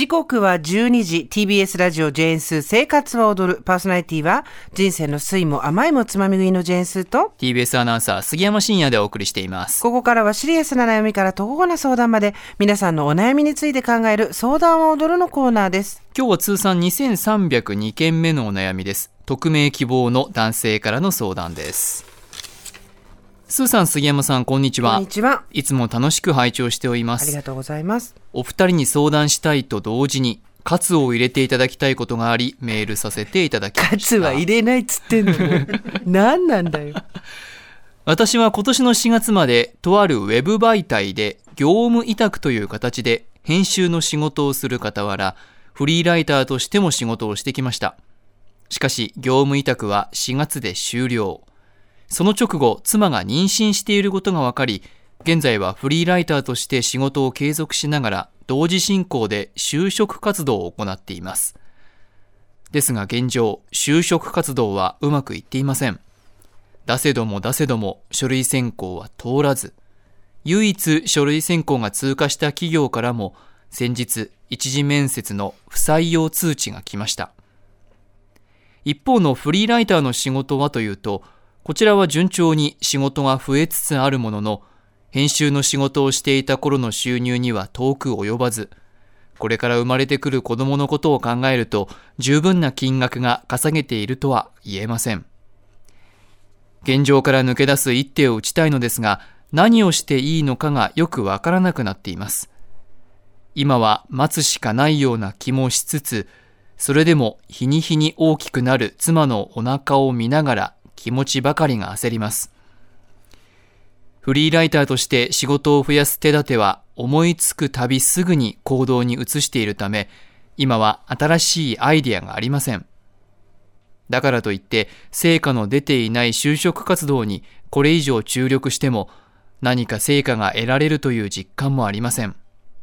時刻は12時。 TBS ラジオジェーンスー生活は踊る。パーソナリティは人生の酸いも甘いもつまみ食いのジェーンスーと TBS アナウンサー杉山真也でお送りしています。 ここからはシリアスな悩みからとここな相談まで、皆さんのお悩みについて考える相談は踊るのコーナーです。 今日は通算2302件目のお悩みです。匿名希望の男性からの相談です。スーさん、杉山さん、こんにちは。 こんにちは。 いつも楽しく拝聴しております。 ありがとうございます。 お二人に相談したいと同時に喝を入れていただきたいことがありメールさせていただきました。 喝は入れないっつってんの何なんだよ。 私は今年の4月までとあるウェブ媒体で業務委託という形で編集の仕事をする傍らフリーライターとしても仕事をしてきました。しかし業務委託は4月で終了。その直後、妻が妊娠していることが分かり、現在はフリーライターとして仕事を継続しながら同時進行で就職活動を行っています。ですが現状、就職活動はうまくいっていません。出せども書類選考は通らず、唯一書類選考が通過した企業からも先日一次面接の不採用通知が来ました。一方のフリーライターの仕事はというと、こちらは順調に仕事が増えつつあるものの、編集の仕事をしていた頃の収入には遠く及ばず、これから生まれてくる子供のことを考えると十分な金額が稼げているとは言えません。現状から抜け出す一手を打ちたいのですが、何をしていいのかがよくわからなくなっています。今は待つしかないような気もしつつ、それでも日に日に大きくなる妻のお腹を見ながら気持ちばかりが焦ります。フリーライターとして仕事を増やす手立ては思いつくたびすぐに行動に移しているため、今は新しいアイデアがありません。だからといって成果の出ていない就職活動にこれ以上注力しても何か成果が得られるという実感もありません。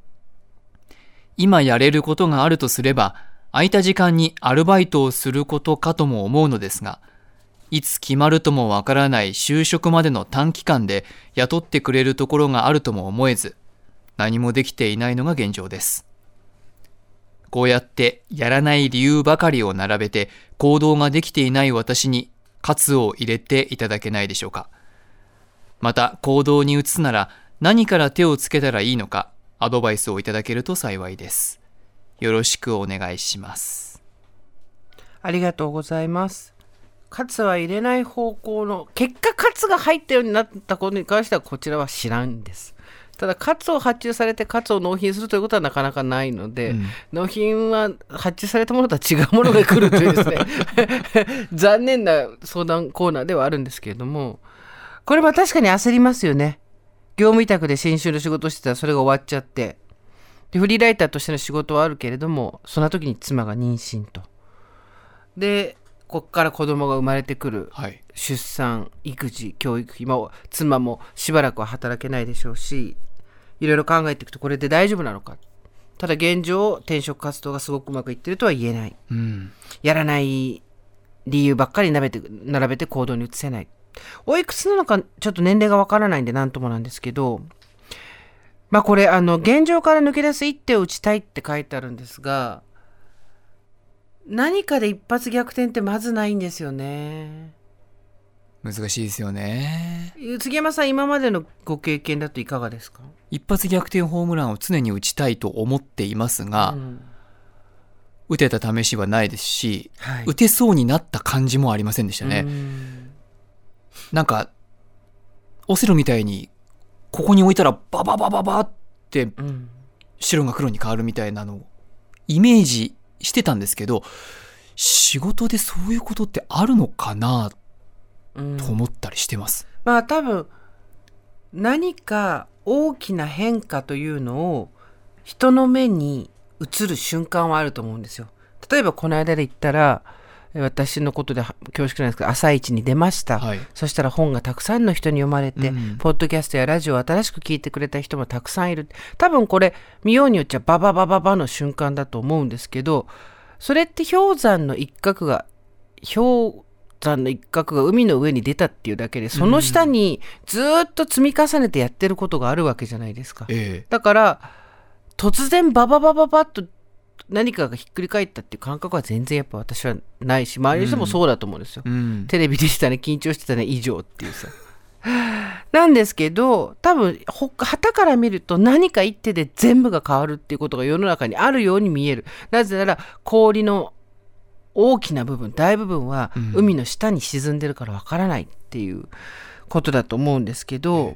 今やれることがあるとすれば、空いた時間にアルバイトをすることかとも思うのですが、いつ決まるともわからない就職までの短期間で雇ってくれるところがあるとも思えず、何もできていないのが現状です。こうやってやらない理由ばかりを並べて行動ができていない私に喝を入れていただけないでしょうか。また行動に移すなら何から手をつけたらいいのか、アドバイスをいただけると幸いです。よろしくお願いします。 ありがとうございます。カツは入れない方向の結果、カツが入ったようになったことに関してはこちらは知らんです。ただカツを発注されてカツを納品するということはなかなかないので、納品は発注されたものとは違うものが来るというですね残念な相談コーナーではあるんですけれども、これは確かに焦りますよね。業務委託で新春の仕事をしてたらそれが終わっちゃって、でフリーライターとしての仕事はあるけれども、その時に妻が妊娠と、でここから子供が生まれてくる、 はい、 出産、育児、教育費も妻もしばらくは働けないでしょうし、いろいろ考えていくとこれで大丈夫なのか。ただ現状転職活動がすごくうまくいってるとは言えない、やらない理由ばっかり並べて行動に移せない。おいくつなのかちょっと年齢がわからないんで何ともなんですけど、まあこれ現状から抜け出す一手を打ちたいって書いてあるんですが、何かで一発逆転ってまずないんですよね。 難しいですよね。 杉山さん、今までのご経験だといかがですか？ 一発逆転ホームランを常に打ちたいと思っていますが、打てた試しはないですし、打てそうになった感じもありませんでしたね。なんかオセロみたいにここに置いたらバババババって白が黒に変わるみたいなのをイメージしてたんですけど、仕事でそういうことってあるのかなと思ったりしてます。 まあ多分何か大きな変化というのを人の目に映る瞬間はあると思うんですよ。例えばこの間で言ったら、私のことで恐縮なんですけど、朝一に出ました、そしたら本がたくさんの人に読まれて、ポッドキャストやラジオを新しく聞いてくれた人もたくさんいる。多分これ見ようによっちゃバババババの瞬間だと思うんですけど、それって氷山の一角が海の上に出たっていうだけで、その下にずっと積み重ねてやってることがあるわけじゃないですか。だから突然バババババッと何かがひっくり返ったっていう感覚は全然やっぱ私はないし、周りの人もそうだと思うんですよ、テレビでしたね、緊張してたね以上っていうさなんですけど、多分旗から見ると何か一手で全部が変わるっていうことが世の中にあるように見える。なぜなら氷の大きな部分、大部分は海の下に沈んでるからわからないっていうことだと思うんですけど、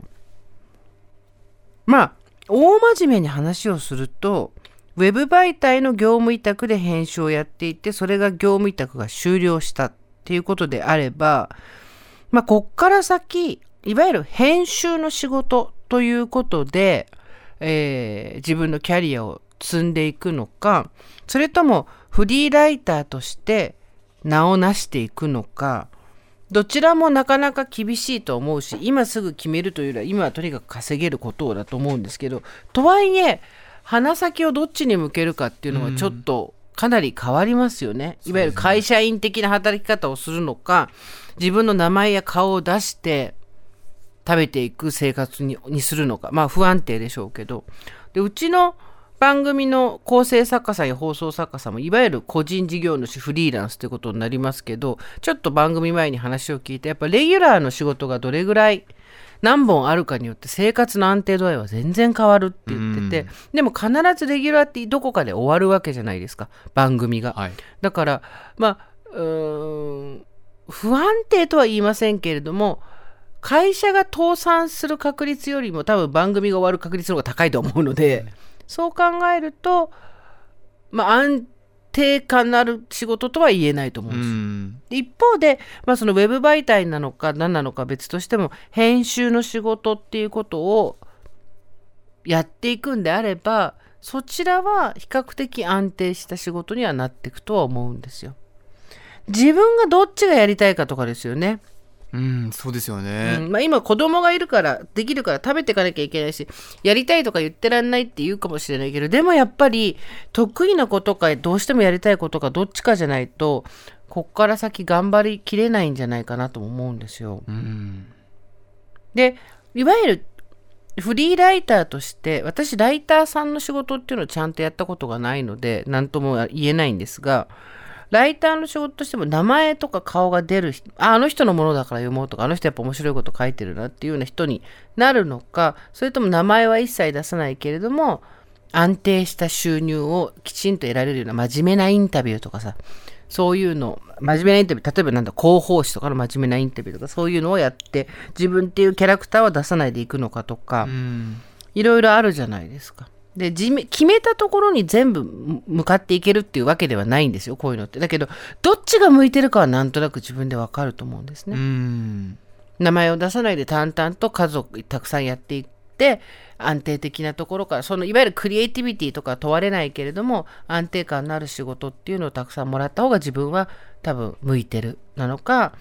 まあ大真面目に話をすると、ウェブ媒体の業務委託で編集をやっていて、それが業務委託が終了したっていうことであれば、こっから先いわゆる編集の仕事ということで、自分のキャリアを積んでいくのか、それともフリーライターとして名を成していくのか、どちらもなかなか厳しいと思うし、今すぐ決めるというよりは今はとにかく稼げることをだと思うんですけど、とはいえ鼻先をどっちに向けるかっていうのはちょっとかなり変わりますよね。いわゆる会社員的な働き方をするのか、自分の名前や顔を出して食べていく生活にするのか、不安定でしょうけど、でうちの番組の構成作家さんや放送作家さんもいわゆる個人事業主、フリーランスということになりますけど、ちょっと番組前に話を聞いて、やっぱレギュラーの仕事がどれぐらい何本あるかによって生活の安定度合いは全然変わるって言ってて、でも必ずレギュラーってどこかで終わるわけじゃないですか、番組が、だから不安定とは言いませんけれども、会社が倒産する確率よりも多分番組が終わる確率の方が高いと思うので、そう考えると、安定感のある仕事とは言えないと思うんです。一方で、そのウェブ媒体なのか何なのか別としても、編集の仕事っていうことをやっていくんであれば、そちらは比較的安定した仕事にはなっていくとは思うんですよ。自分がどっちがやりたいかとかですよね。 そうですよね。 今子供がいるからできるから食べていかなきゃいけないし、やりたいとか言ってらんないって言うかもしれないけど、でもやっぱり得意なことかどうしてもやりたいことかどっちかじゃないと、こっから先頑張りきれないんじゃないかなと思うんですよ。で、いわゆるフリーライターとして、私ライターさんの仕事っていうのをちゃんとやったことがないので何とも言えないんですが、ライターの仕事としても名前とか顔が出る人、あの人のものだから読もうとか、あの人やっぱ面白いこと書いてるなっていうような人になるのか、それとも名前は一切出さないけれども安定した収入をきちんと得られるような真面目なインタビューとかさ、そういうの、真面目なインタビュー、例えば広報誌とかの真面目なインタビューとか、そういうのをやって自分っていうキャラクターは出さないでいくのかとか、いろいろあるじゃないですか。で、決めたところに全部向かっていけるっていうわけではないんですよ、こういうのって。だけどどっちが向いてるかはなんとなく自分でわかると思うんですね。名前を出さないで淡々と数をたくさんやっていって安定的なところから、そのいわゆるクリエイティビティとか問われないけれども安定感のある仕事っていうのをたくさんもらった方が自分は多分向いてるなのか、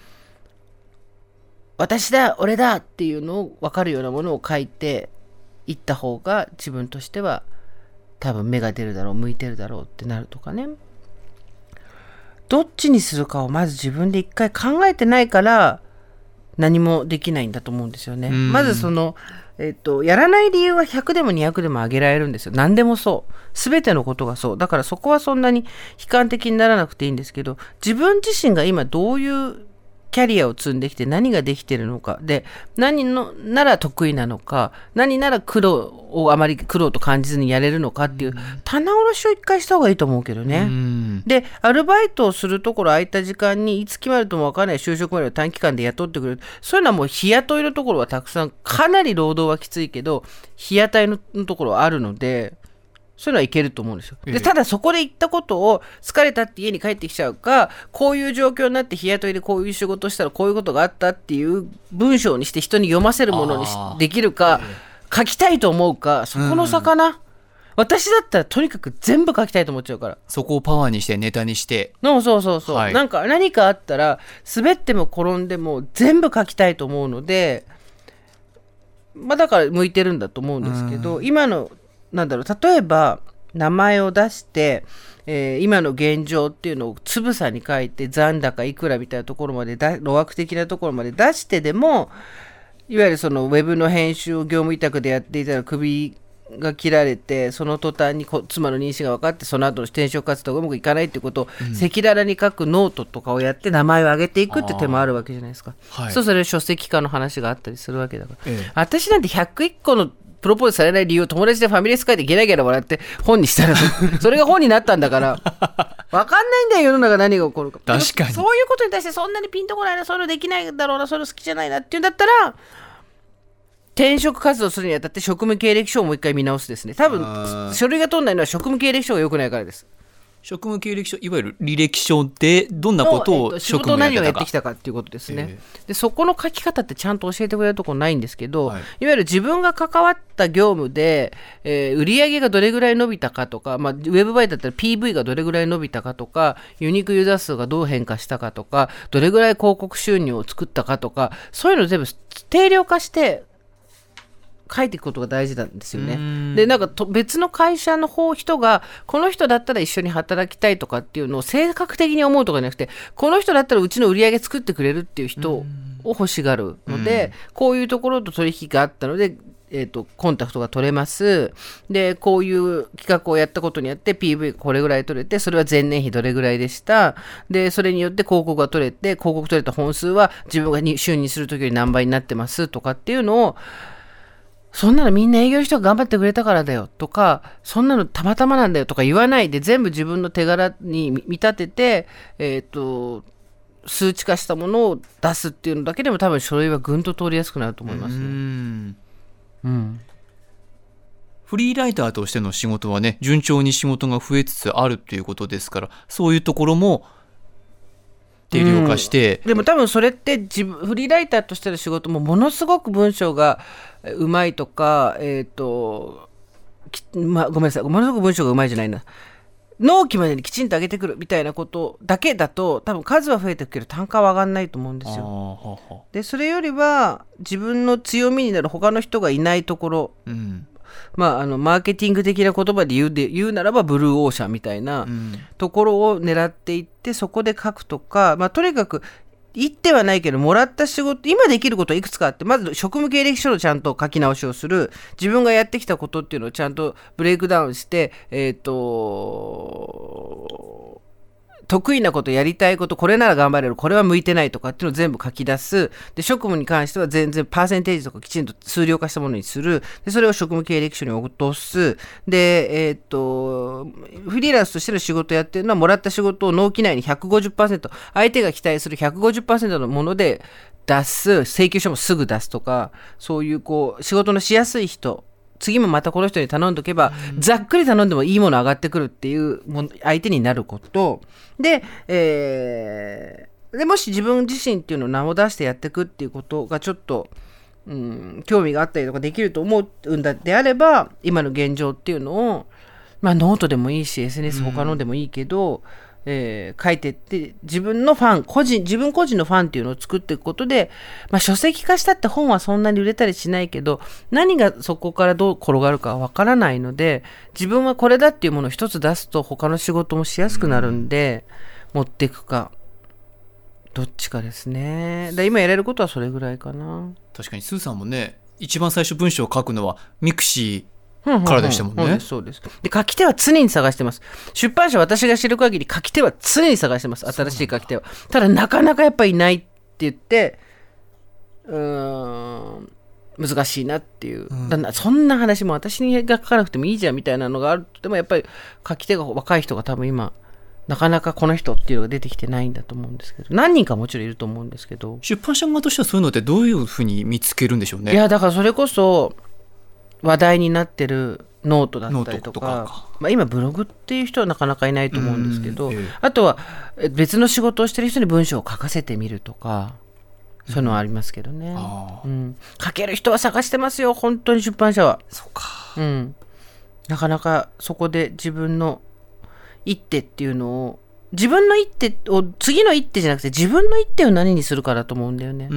私だ俺だっていうのを分かるようなものを書いていった方が自分としては多分芽が出るだろう、向いてるだろうってなるとかね。どっちにするかをまず自分で一回考えてないから何もできないんだと思うんですよね。まずやらない理由は100でも200でも挙げられるんですよ。何でもそう。全てのことがそう。だからそこはそんなに悲観的にならなくていいんですけど、自分自身が今どういうキャリアを積んできて何ができてるのかで、何のなら得意なのか、何ならあまり苦労と感じずにやれるのかっていう棚卸しを一回した方がいいと思うけどね。で、アルバイトをするところ空いた時間にいつ決まるとも分からない就職までを短期間で雇ってくれる、そういうのはもう日雇いのところはたくさん、かなり労働はきついけど日雇いのところはあるので、そういうのはいけると思うんですよ。で、ただそこで言ったことを疲れたって家に帰ってきちゃうか、こういう状況になって日雇いでこういう仕事したらこういうことがあったっていう文章にして人に読ませるものにできるか、書きたいと思うか、そこの差かな。私だったらとにかく全部書きたいと思っちゃうから、 そこをパワーにしてネタにしてそう、何かあったら滑っても転んでも全部書きたいと思うので、だから向いてるんだと思うんですけど、今の例えば名前を出して、今の現状っていうのをつぶさに書いて残高いくらみたいなところまで路枠的なところまで出してでも、いわゆるそのウェブの編集を業務委託でやっていたら首が切られて、その途端に妻の妊娠が分かって、その後の転職活動がうまくいかないっていうことを赤裸々に書くノートとかをやって名前を挙げていくって手もあるわけじゃないですか。そう、それ書籍化の話があったりするわけだから、私なんて101個のプロポーズされない理由を友達でファミレス書いてゲラゲラ笑って本にしたらそれが本になったんだから分かんないんだよ、世の中何が起こるか。 確かにそういうことに対してそんなにピンとこないな、そういうのできないだろうな、そういうの好きじゃないなっていうんだったら、転職活動するにあたって職務経歴書をもう一回見直すですね。多分書類が通んないのは職務経歴書が良くないからです。 職務経歴書、いわゆる履歴書でどんなことを仕事を何をやってきたかっていうことですね。でそこの書き方ってちゃんと教えてくれるところないんですけど、いわゆる自分が関わった業務で、売上がどれぐらい伸びたかとか、ウェブバイトだったら PV がどれぐらい伸びたかとか、ユニークユーザー数がどう変化したかとか、どれぐらい広告収入を作ったかとか、そういうのを全部定量化して書いていくことが大事なんですよね。でなんか別の会社の人がこの人だったら一緒に働きたいとかっていうのを性格的に思うとかじゃなくて、この人だったらうちの売り上げ作ってくれるっていう人を欲しがるので、こういうところと取引があったので、コンタクトが取れます。でこういう企画をやったことによって PV がこれぐらい取れて、それは前年比どれぐらいでした。でそれによって広告が取れて、広告取れた本数は自分が就任する時より何倍になってますとかっていうのを、そんなのみんな営業の人が頑張ってくれたからだよとか、そんなのたまたまなんだよとか言わないで、全部自分の手柄に見立てて、数値化したものを出すっていうのだけでも多分書類はぐんと通りやすくなると思いますね。 フリーライターとしての仕事はね、順調に仕事が増えつつあるっていうことですから、そういうところも定量化して、 でも多分それってフリーライターとしての仕事もものすごく文章がうまいとか、ごめんなさい、ものすごく文章がうまいじゃないな、納期までにきちんと上げてくるみたいなことだけだと、多分数は増えてくけど単価は上がんないと思うんですよ。でそれよりは自分の強みになる他の人がいないところ、マーケティング的な言葉で言うならばブルーオーシャンみたいなところを狙っていって、そこで書くとか、とにかく言ってはないけど、もらった仕事、今できることはいくつかあって、まず職務経歴書のちゃんと書き直しをする、自分がやってきたことっていうのをちゃんとブレイクダウンして、得意なこと、やりたいこと、これなら頑張れる、これは向いてないとかっていうのを全部書き出す。で職務に関しては全然パーセンテージとかきちんと数量化したものにする。でそれを職務経歴書に落とす。でフリーランスとしての仕事をやってるのは、もらった仕事を納期内に 150%、 相手が期待する 150% のもので出す。請求書もすぐ出すとか、そういう仕事のしやすい人、次もまたこの人に頼んどけば、ざっくり頼んでもいいもの上がってくるっていう相手になることで、もし自分自身っていうのを名を出してやっていくっていうことがちょっと、興味があったりとかできると思うんだであれば、今の現状っていうのを、ノートでもいいし SNS 他のでもいいけど、書いてって、自分のファン自分個人のファンっていうのを作っていくことで、書籍化したって本はそんなに売れたりしないけど、何がそこからどう転がるかわからないので、自分はこれだっていうものを一つ出すと他の仕事もしやすくなるんで、持っていくかどっちかですね。今やれることはそれぐらいかな。 確かにスーさんもね、一番最初文章を書くのはミクシーからでしたもんね。 そうです。で書き手は常に探してます。出版社、私が知る限り書き手は常に探してます。新しい書き手は。ただなかなかやっぱりいないって言って、難しいなっていう、そんな話も私が書かなくてもいいじゃんみたいなのがある。でもやっぱり書き手が若い人が多分今なかなかこの人っていうのが出てきてないんだと思うんですけど、何人かもちろんいると思うんですけど、 出版社側としてはそういうのってどういうふうに見つけるんでしょうね。 いやだからそれこそ話題になってるノートだったりとか、今ブログっていう人はなかなかいないと思うんですけど、あとは別の仕事をしてる人に文章を書かせてみるとか、そういうのはありますけどね。書ける人は探してますよ、本当に出版社は。 そうか、 なかなかそこで自分の一手っていうのを、自分の一手を次の一手じゃなくて自分の一手を何にするかだと思うんだよね。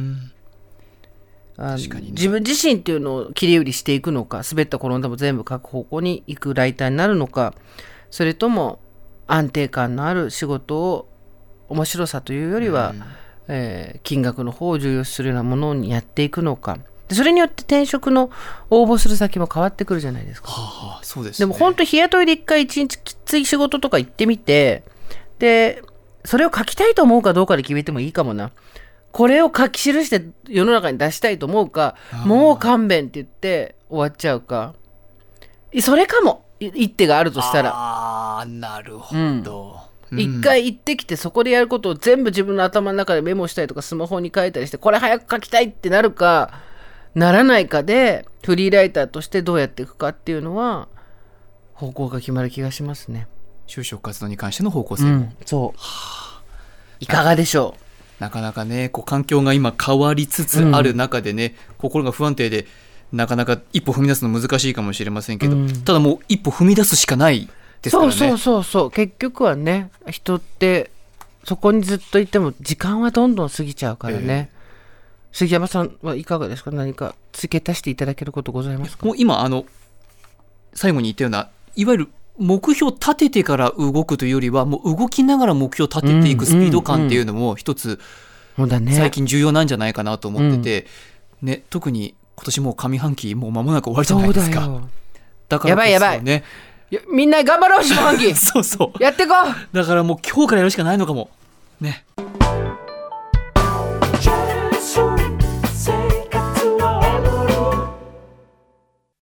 確かにね、自分自身っていうのを切り売りしていくのか、滑った転んだも全部書く方向に行くライターになるのか、それとも安定感のある仕事を面白さというよりは、金額の方を重要視するようなものにやっていくのか、 でそれによって転職の応募する先も変わってくるじゃないですか。 そうですね。 でも本当日雇いで一回一日きつい仕事とか行ってみて、でそれを書きたいと思うかどうかで決めてもいいかもな。これを書き記して世の中に出したいと思うか、もう勘弁って言って終わっちゃうか、それかも一手があるとしたら。 なるほど。 一回行ってきてそこでやることを全部自分の頭の中でメモしたりとかスマホに書いたりして、これ早く書きたいってなるかならないかでフリーライターとしてどうやっていくかっていうのは方向が決まる気がしますね。 就職活動に関しての方向性も、 そういかがでしょう。なかなかねこう環境が今変わりつつある中でね、心が不安定でなかなか一歩踏み出すの難しいかもしれませんけど、ただもう一歩踏み出すしかないですからね。 そう結局はね、人ってそこにずっといても時間はどんどん過ぎちゃうからね。杉山さんはいかがですか？何か付け足していただけることございますか？ もう今最後に言ったようないわゆる目標立ててから動くというよりはもう動きながら目標立てていくスピード感っていうのも一つ最近重要なんじゃないかなと思ってて、ね、特に今年もう上半期もう間もなく終わりじゃないですか。だからこそね、 やばいみんな頑張ろう下半期そうやってこう。 だからもう今日からやるしかないのかもね。